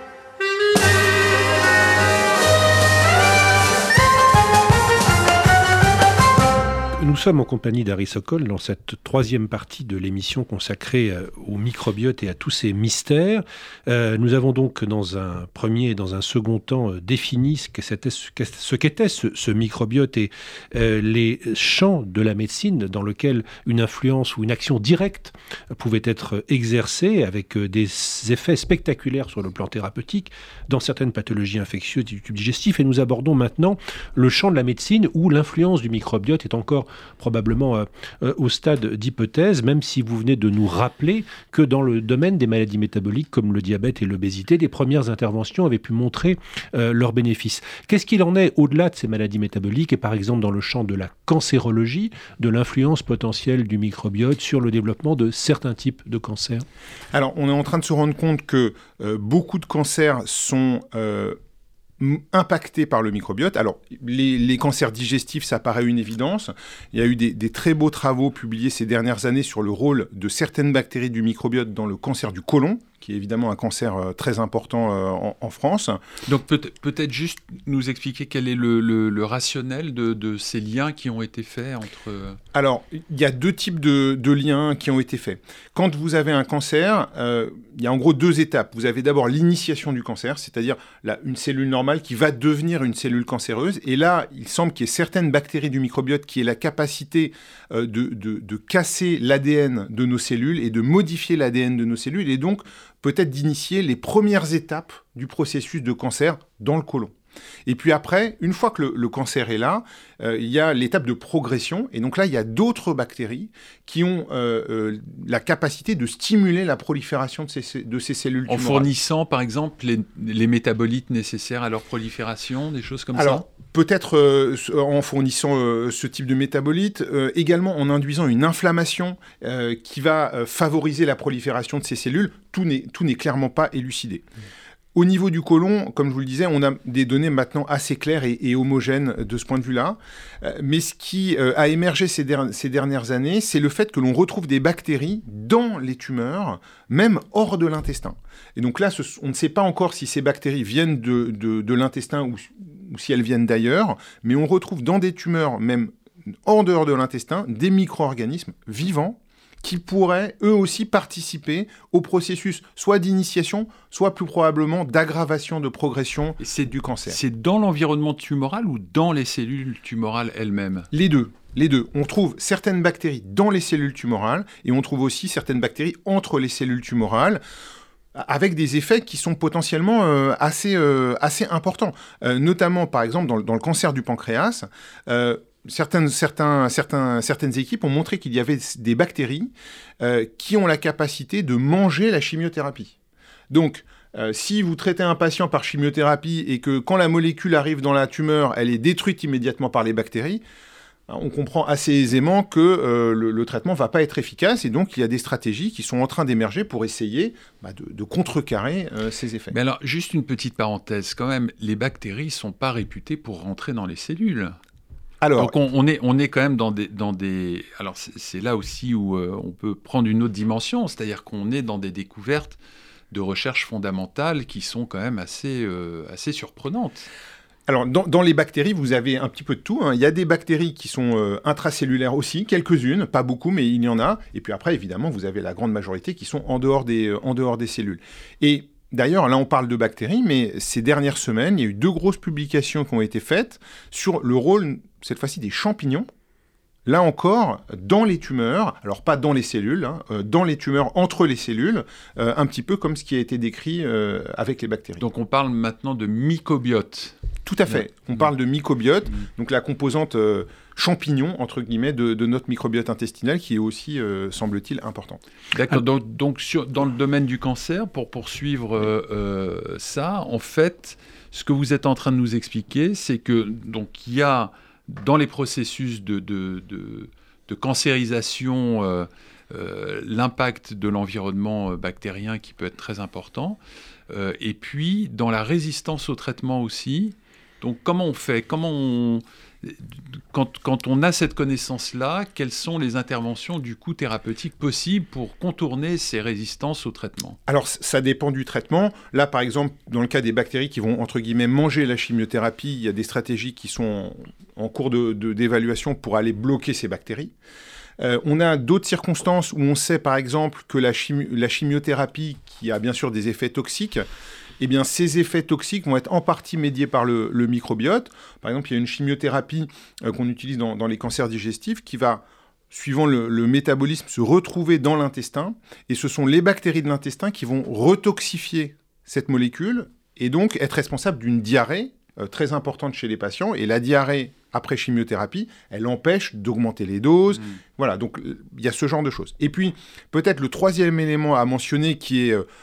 Nous sommes en compagnie d'Harry Sokol dans cette troisième partie de l'émission consacrée au microbiote et à tous ses mystères. Nous avons donc dans un premier et dans un second temps défini ce qu'était ce microbiote et les champs de la médecine dans lesquels une influence ou une action directe pouvait être exercée avec des effets spectaculaires sur le plan thérapeutique dans certaines pathologies infectieuses du tube digestif. Et nous abordons maintenant le champ de la médecine où l'influence du microbiote est encore probablement au stade d'hypothèse, même si vous venez de nous rappeler que dans le domaine des maladies métaboliques comme le diabète et l'obésité, des premières interventions avaient pu montrer leurs bénéfices. Qu'est-ce qu'il en est au-delà de ces maladies métaboliques et par exemple dans le champ de la cancérologie, de l'influence potentielle du microbiote sur le développement de certains types de cancers? Alors, on est en train de se rendre compte que beaucoup de cancers sont impactés par le microbiote. Alors, les cancers digestifs, ça paraît une évidence. Il y a eu des très beaux travaux publiés ces dernières années sur le rôle de certaines bactéries du microbiote dans le cancer du côlon, qui est évidemment un cancer très important en France. Donc peut-être juste nous expliquer quel est le rationnel de ces liens qui ont été faits entre... Alors, il y a 2 types de liens qui ont été faits. Quand vous avez un cancer, il y a en gros 2 étapes. Vous avez d'abord l'initiation du cancer, c'est-à-dire une cellule normale qui va devenir une cellule cancéreuse. Et là, il semble qu'il y ait certaines bactéries du microbiote qui aient la capacité de casser l'ADN de nos cellules et de modifier l'ADN de nos cellules, et donc peut-être d'initier les premières étapes du processus de cancer dans le côlon. Et puis après, une fois que le cancer est là, il y a l'étape de progression. Et donc là, il y a d'autres bactéries qui ont la capacité de stimuler la prolifération de ces cellules tumorales. En fournissant, par exemple, les métabolites nécessaires à leur prolifération, des choses comme Alors, ça ? Peut-être en fournissant ce type de métabolites, également en induisant une inflammation qui va favoriser la prolifération de ces cellules. Tout n'est clairement pas élucidé. Au niveau du côlon, comme je vous le disais, on a des données maintenant assez claires et homogènes de ce point de vue-là. Mais ce qui a émergé ces dernières années, c'est le fait que l'on retrouve des bactéries dans les tumeurs, même hors de l'intestin. Et donc là, on ne sait pas encore si ces bactéries viennent de l'intestin ou si elles viennent d'ailleurs, mais on retrouve dans des tumeurs, même en dehors de l'intestin, des micro-organismes vivants qui pourraient eux aussi participer au processus soit d'initiation, soit plus probablement d'aggravation de progression du cancer. C'est dans l'environnement tumoral ou dans les cellules tumorales elles-mêmes ? Les deux. On trouve certaines bactéries dans les cellules tumorales et on trouve aussi certaines bactéries entre les cellules tumorales, avec des effets qui sont potentiellement assez importants. Notamment, par exemple, dans le cancer du pancréas, certaines équipes ont montré qu'il y avait des bactéries qui ont la capacité de manger la chimiothérapie. Donc, si vous traitez un patient par chimiothérapie et que quand la molécule arrive dans la tumeur, elle est détruite immédiatement par les bactéries, on comprend assez aisément que le traitement ne va pas être efficace, et donc il y a des stratégies qui sont en train d'émerger pour essayer de contrecarrer ces effets. Mais alors, juste une petite parenthèse, quand même, les bactéries ne sont pas réputées pour rentrer dans les cellules. Alors, donc on est quand même dans des... Alors c'est là aussi où on peut prendre une autre dimension, c'est-à-dire qu'on est dans des découvertes de recherche fondamentale qui sont quand même assez surprenantes. Alors, dans les bactéries, vous avez un petit peu de tout. Il y a des bactéries qui sont intracellulaires aussi, quelques-unes, pas beaucoup, mais il y en a. Et puis après, évidemment, vous avez la grande majorité qui sont en dehors des cellules. Et d'ailleurs, là, on parle de bactéries, mais ces dernières semaines, il y a eu 2 grosses publications qui ont été faites sur le rôle, cette fois-ci, des champignons. Là encore, dans les tumeurs, alors pas dans les cellules, dans les tumeurs, entre les cellules, un petit peu comme ce qui a été décrit avec les bactéries. Donc on parle maintenant de mycobiote. Tout à fait. On parle de mycobiote, donc la composante champignon, entre guillemets, de notre microbiote intestinal, qui est aussi, semble-t-il, importante. D'accord. Donc dans le domaine du cancer, pour poursuivre ça, en fait, ce que vous êtes en train de nous expliquer, c'est que donc il y a dans les processus de cancérisation l'impact de l'environnement bactérien qui peut être très important, et puis dans la résistance au traitement aussi. Donc comment on fait ? Quand on a cette connaissance-là, quelles sont les interventions du coup thérapeutiques possibles pour contourner ces résistances au traitement ? Alors ça dépend du traitement. Là par exemple, dans le cas des bactéries qui vont entre guillemets manger la chimiothérapie, il y a des stratégies qui sont en cours d'évaluation pour aller bloquer ces bactéries. On a d'autres circonstances où on sait par exemple que la chimiothérapie, qui a bien sûr des effets toxiques, eh bien, ces effets toxiques vont être en partie médiés par le microbiote. Par exemple, il y a une chimiothérapie qu'on utilise dans les cancers digestifs qui va, suivant le métabolisme, se retrouver dans l'intestin. Et ce sont les bactéries de l'intestin qui vont retoxifier cette molécule et donc être responsables d'une diarrhée très importante chez les patients. Et la diarrhée après chimiothérapie, elle empêche d'augmenter les doses. Voilà, donc il y a ce genre de choses. Et puis, peut-être le troisième élément à mentionner qui est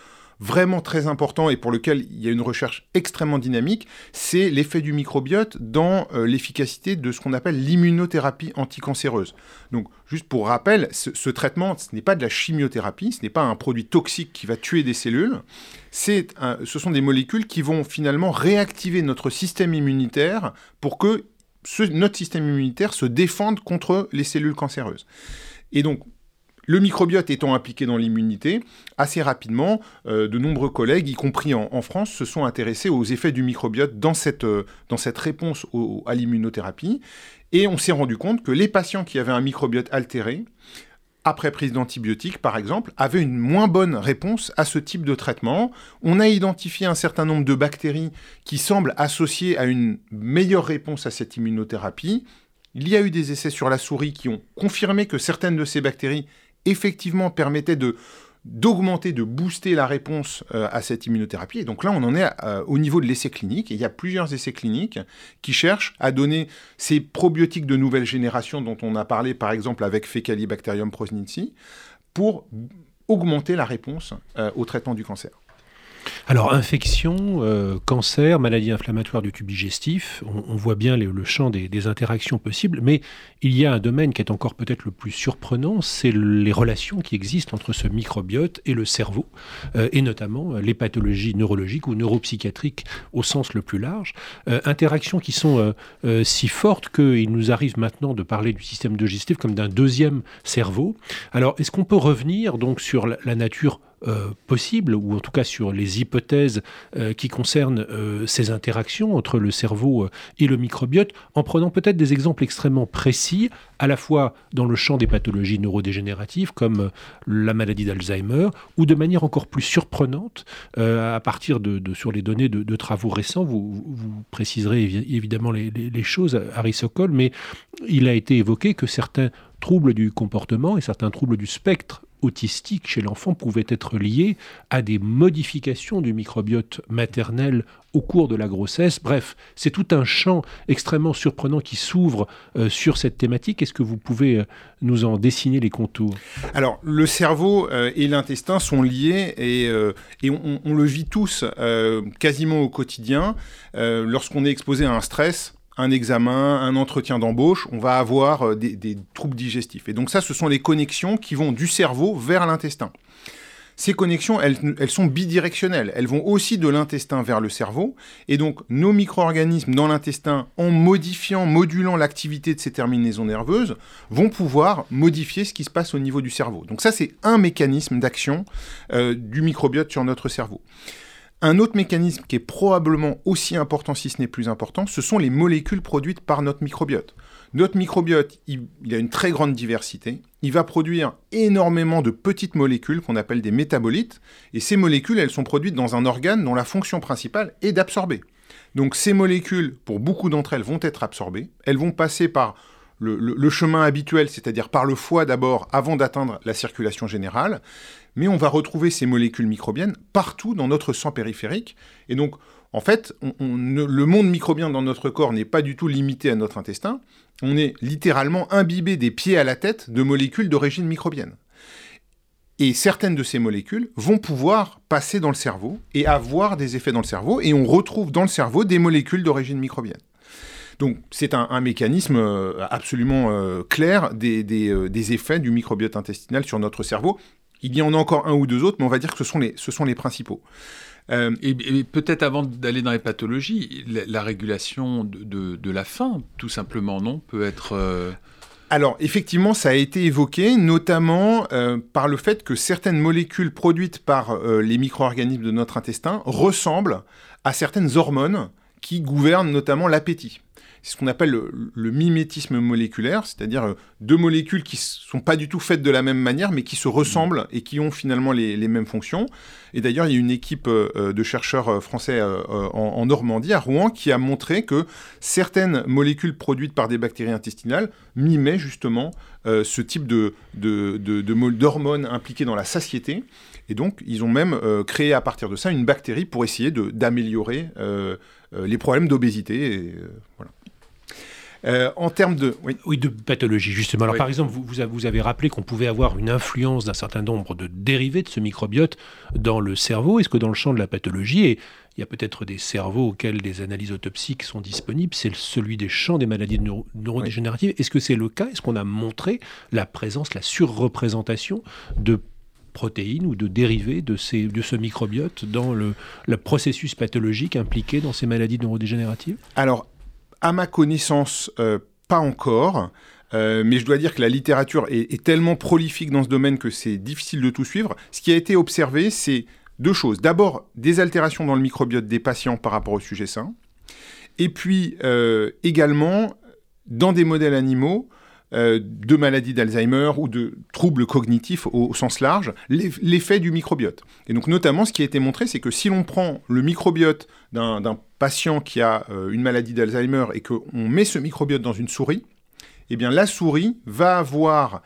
vraiment très important et pour lequel il y a une recherche extrêmement dynamique, c'est l'effet du microbiote dans l'efficacité de ce qu'on appelle l'immunothérapie anticancéreuse. Donc, juste pour rappel, ce traitement, ce n'est pas de la chimiothérapie, ce n'est pas un produit toxique qui va tuer des cellules, ce sont des molécules qui vont finalement réactiver notre système immunitaire pour que notre système immunitaire se défende contre les cellules cancéreuses. Et donc, le microbiote étant impliqué dans l'immunité, assez rapidement, de nombreux collègues, y compris en France, se sont intéressés aux effets du microbiote dans cette réponse à l'immunothérapie. Et on s'est rendu compte que les patients qui avaient un microbiote altéré, après prise d'antibiotiques, par exemple, avaient une moins bonne réponse à ce type de traitement. On a identifié un certain nombre de bactéries qui semblent associées à une meilleure réponse à cette immunothérapie. Il y a eu des essais sur la souris qui ont confirmé que certaines de ces bactéries, effectivement, permettaient d'augmenter, de booster la réponse à cette immunothérapie. Et donc là, on en est au niveau de l'essai clinique. Et il y a plusieurs essais cliniques qui cherchent à donner ces probiotiques de nouvelle génération dont on a parlé, par exemple, avec Faecalibacterium prausnitzii, pour augmenter la réponse au traitement du cancer. Alors, infection, cancer, maladie inflammatoire du tube digestif, on voit bien le champ des interactions possibles, mais il y a un domaine qui est encore peut-être le plus surprenant, c'est les relations qui existent entre ce microbiote et le cerveau, et notamment les pathologies neurologiques ou neuropsychiatriques au sens le plus large. Interactions qui sont si fortes qu'il nous arrive maintenant de parler du système digestif comme d'un deuxième cerveau. Alors, est-ce qu'on peut revenir donc sur la nature possible, ou en tout cas sur les hypothèses qui concernent ces interactions entre le cerveau et le microbiote, en prenant peut-être des exemples extrêmement précis, à la fois dans le champ des pathologies neurodégénératives, comme la maladie d'Alzheimer, ou de manière encore plus surprenante, à partir sur les données de travaux récents. Vous préciserez évidemment les choses, Harry Sokol, mais il a été évoqué que certains troubles du comportement et certains troubles du spectre autistique chez l'enfant pouvaient être liés à des modifications du microbiote maternel au cours de la grossesse. Bref, c'est tout un champ extrêmement surprenant qui s'ouvre sur cette thématique. Est-ce que vous pouvez nous en dessiner les contours ? Alors, le cerveau et l'intestin sont liés et on le vit tous quasiment au quotidien. Lorsqu'on est exposé à un stress, un examen, un entretien d'embauche, on va avoir des troubles digestifs. Et donc ça, ce sont les connexions qui vont du cerveau vers l'intestin. Ces connexions, elles sont bidirectionnelles. Elles vont aussi de l'intestin vers le cerveau. Et donc, nos micro-organismes dans l'intestin, en modulant l'activité de ces terminaisons nerveuses, vont pouvoir modifier ce qui se passe au niveau du cerveau. Donc ça, c'est un mécanisme d'action du microbiote sur notre cerveau. Un autre mécanisme qui est probablement aussi important, si ce n'est plus important, ce sont les molécules produites par notre microbiote. Notre microbiote, il a une très grande diversité. Il va produire énormément de petites molécules qu'on appelle des métabolites. Et ces molécules, elles sont produites dans un organe dont la fonction principale est d'absorber. Donc ces molécules, pour beaucoup d'entre elles, vont être absorbées. Elles vont passer par le chemin habituel, c'est-à-dire par le foie d'abord, avant d'atteindre la circulation générale. Mais on va retrouver ces molécules microbiennes partout dans notre sang périphérique. Et donc, en fait, le monde microbien dans notre corps n'est pas du tout limité à notre intestin. On est littéralement imbibé des pieds à la tête de molécules d'origine microbienne. Et certaines de ces molécules vont pouvoir passer dans le cerveau et avoir des effets dans le cerveau. Et on retrouve dans le cerveau des molécules d'origine microbienne. Donc, c'est un mécanisme absolument clair des effets du microbiote intestinal sur notre cerveau. Il y en a encore un ou deux autres, mais on va dire que ce sont les principaux. Et peut-être avant d'aller dans les pathologies, la régulation de la faim, tout simplement, non ? Peut être... Alors, effectivement, ça a été évoqué, notamment par le fait que certaines molécules produites par les micro-organismes de notre intestin ressemblent à certaines hormones qui gouvernent notamment l'appétit. C'est ce qu'on appelle le mimétisme moléculaire, c'est-à-dire deux molécules qui ne sont pas du tout faites de la même manière, mais qui se ressemblent et qui ont finalement les mêmes fonctions. Et d'ailleurs, il y a une équipe de chercheurs français en Normandie, à Rouen, qui a montré que certaines molécules produites par des bactéries intestinales mimaient justement ce type d'hormones impliquées dans la satiété. Et donc, ils ont même créé à partir de ça une bactérie pour essayer d'améliorer les problèmes d'obésité. Voilà. En termes de... Oui, de pathologie, justement. Alors, par exemple, vous avez rappelé qu'on pouvait avoir une influence d'un certain nombre de dérivés de ce microbiote dans le cerveau. Est-ce que dans le champ de la pathologie, et il y a peut-être des cerveaux auxquels des analyses autopsiques sont disponibles, c'est celui des champs des maladies neurodégénératives. Est-ce que c'est le cas ? Est-ce qu'on a montré la présence, la surreprésentation de protéines ou de dérivés de ce microbiote dans le processus pathologique impliqué dans ces maladies neurodégénératives ? Alors, à ma connaissance, pas encore. Mais je dois dire que la littérature est tellement prolifique dans ce domaine que c'est difficile de tout suivre. Ce qui a été observé, c'est 2 choses. D'abord, des altérations dans le microbiote des patients par rapport au sujet sain. Et puis, également, dans des modèles animaux, de maladies d'Alzheimer ou de troubles cognitifs au sens large, l'effet du microbiote. Et donc, notamment, ce qui a été montré, c'est que si l'on prend le microbiote d'un patient qui a une maladie d'Alzheimer et qu'on met ce microbiote dans une souris, eh bien, la souris va avoir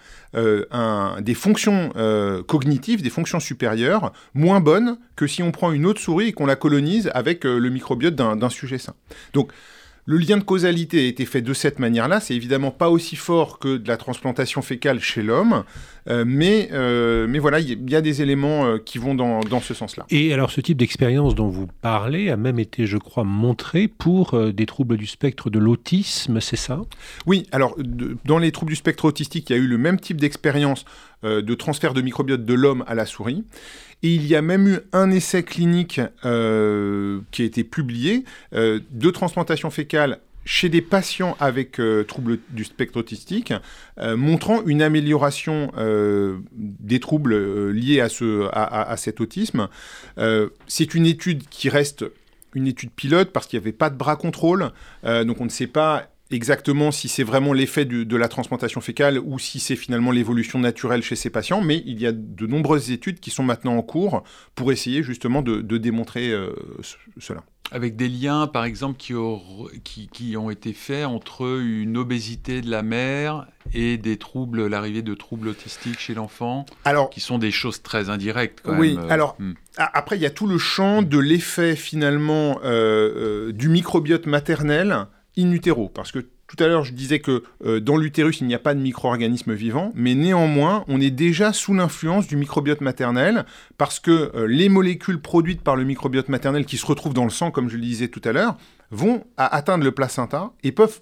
des fonctions cognitives, des fonctions supérieures, moins bonnes que si on prend une autre souris et qu'on la colonise avec le microbiote d'un sujet sain. Donc, le lien de causalité a été fait de cette manière-là. C'est évidemment pas aussi fort que de la transplantation fécale chez l'homme, mais voilà, il y a des éléments qui vont dans ce sens-là. Et alors, ce type d'expérience dont vous parlez a même été, je crois, montré pour des troubles du spectre de l'autisme, c'est ça ? Oui, alors, dans les troubles du spectre autistique, il y a eu le même type d'expérience de transfert de microbiote de l'homme à la souris. Et il y a même eu un essai clinique qui a été publié de transplantation fécale chez des patients avec troubles du spectre autistique, montrant une amélioration des troubles liés à cet autisme. C'est une étude qui reste une étude pilote parce qu'il n'y avait pas de bras contrôle, donc on ne sait pas exactement si c'est vraiment l'effet de la transplantation fécale ou si c'est finalement l'évolution naturelle chez ces patients, mais il y a de nombreuses études qui sont maintenant en cours pour essayer justement de démontrer cela. Avec des liens, par exemple, qui ont été faits entre une obésité de la mère et l'arrivée de troubles autistiques chez l'enfant, qui sont des choses très indirectes quand même. Alors, après, il y a tout le champ de l'effet finalement du microbiote maternel in utero, parce que tout à l'heure je disais que dans l'utérus il n'y a pas de micro-organismes vivants, mais néanmoins on est déjà sous l'influence du microbiote maternel, parce que les molécules produites par le microbiote maternel qui se retrouvent dans le sang, comme je le disais tout à l'heure, vont atteindre le placenta et peuvent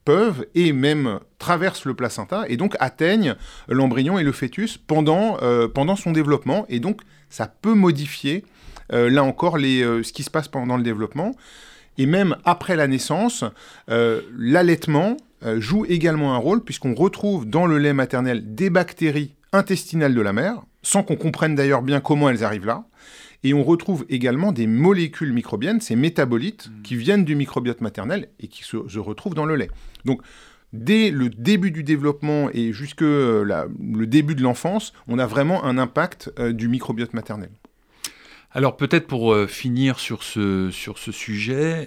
et même traversent le placenta et donc atteignent l'embryon et le fœtus pendant son développement, et donc ça peut modifier là encore ce qui se passe pendant le développement. Et même après la naissance, l'allaitement joue également un rôle, puisqu'on retrouve dans le lait maternel des bactéries intestinales de la mère, sans qu'on comprenne d'ailleurs bien comment elles arrivent là. Et on retrouve également des molécules microbiennes, ces métabolites, qui viennent du microbiote maternel et qui se retrouvent dans le lait. Donc, dès le début du développement et jusque le début de l'enfance, on a vraiment un impact du microbiote maternel. Alors peut-être pour finir sur ce sujet,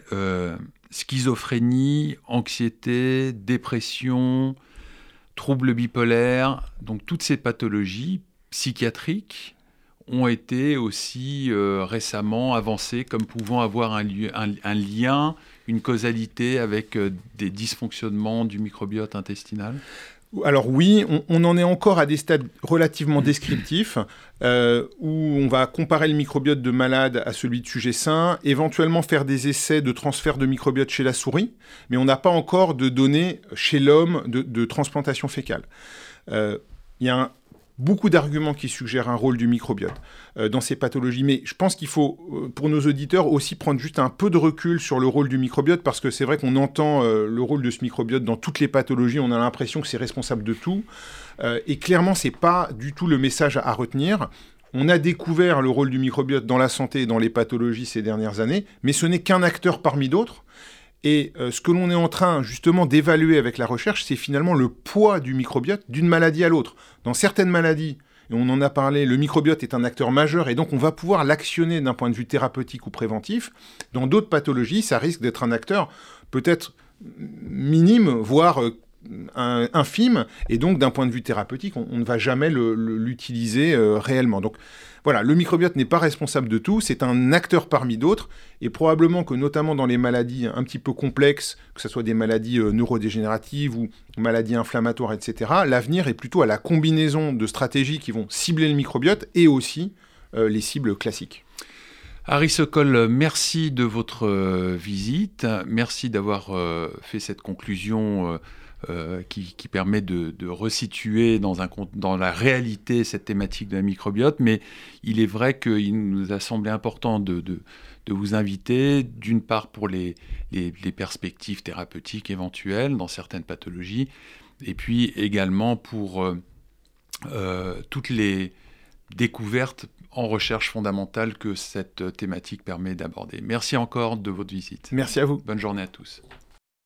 schizophrénie, anxiété, dépression, troubles bipolaires, donc toutes ces pathologies psychiatriques ont été aussi récemment avancées comme pouvant avoir un lien, une causalité avec des dysfonctionnements du microbiote intestinal ? Alors oui, on en est encore à des stades relativement descriptifs, où on va comparer le microbiote de malade à celui de sujet sain, éventuellement faire des essais de transfert de microbiote chez la souris, mais on n'a pas encore de données chez l'homme de transplantation fécale. Il y a beaucoup d'arguments qui suggèrent un rôle du microbiote dans ces pathologies, mais je pense qu'il faut, pour nos auditeurs, aussi prendre juste un peu de recul sur le rôle du microbiote, parce que c'est vrai qu'on entend le rôle de ce microbiote dans toutes les pathologies, on a l'impression que c'est responsable de tout, et clairement, c'est pas du tout le message à retenir. On a découvert le rôle du microbiote dans la santé et dans les pathologies ces dernières années, mais ce n'est qu'un acteur parmi d'autres. Et ce que l'on est en train justement d'évaluer avec la recherche, c'est finalement le poids du microbiote d'une maladie à l'autre. Dans certaines maladies, et on en a parlé, le microbiote est un acteur majeur et donc on va pouvoir l'actionner d'un point de vue thérapeutique ou préventif. Dans d'autres pathologies, ça risque d'être un acteur peut-être minime, voire infime, et donc d'un point de vue thérapeutique, on ne va jamais l'utiliser réellement. Donc voilà, le microbiote n'est pas responsable de tout, c'est un acteur parmi d'autres, et probablement que notamment dans les maladies un petit peu complexes, que ce soit des maladies neurodégénératives ou maladies inflammatoires, etc., l'avenir est plutôt à la combinaison de stratégies qui vont cibler le microbiote et aussi les cibles classiques. Harry Sokol, merci de votre visite, merci d'avoir fait cette conclusion qui permet de resituer dans la réalité cette thématique de la microbiote, mais il est vrai qu'il nous a semblé important de vous inviter, d'une part pour les perspectives thérapeutiques éventuelles dans certaines pathologies, et puis également pour toutes les découvertes en recherche fondamentale que cette thématique permet d'aborder. Merci encore de votre visite. Merci à vous. Bonne journée à tous.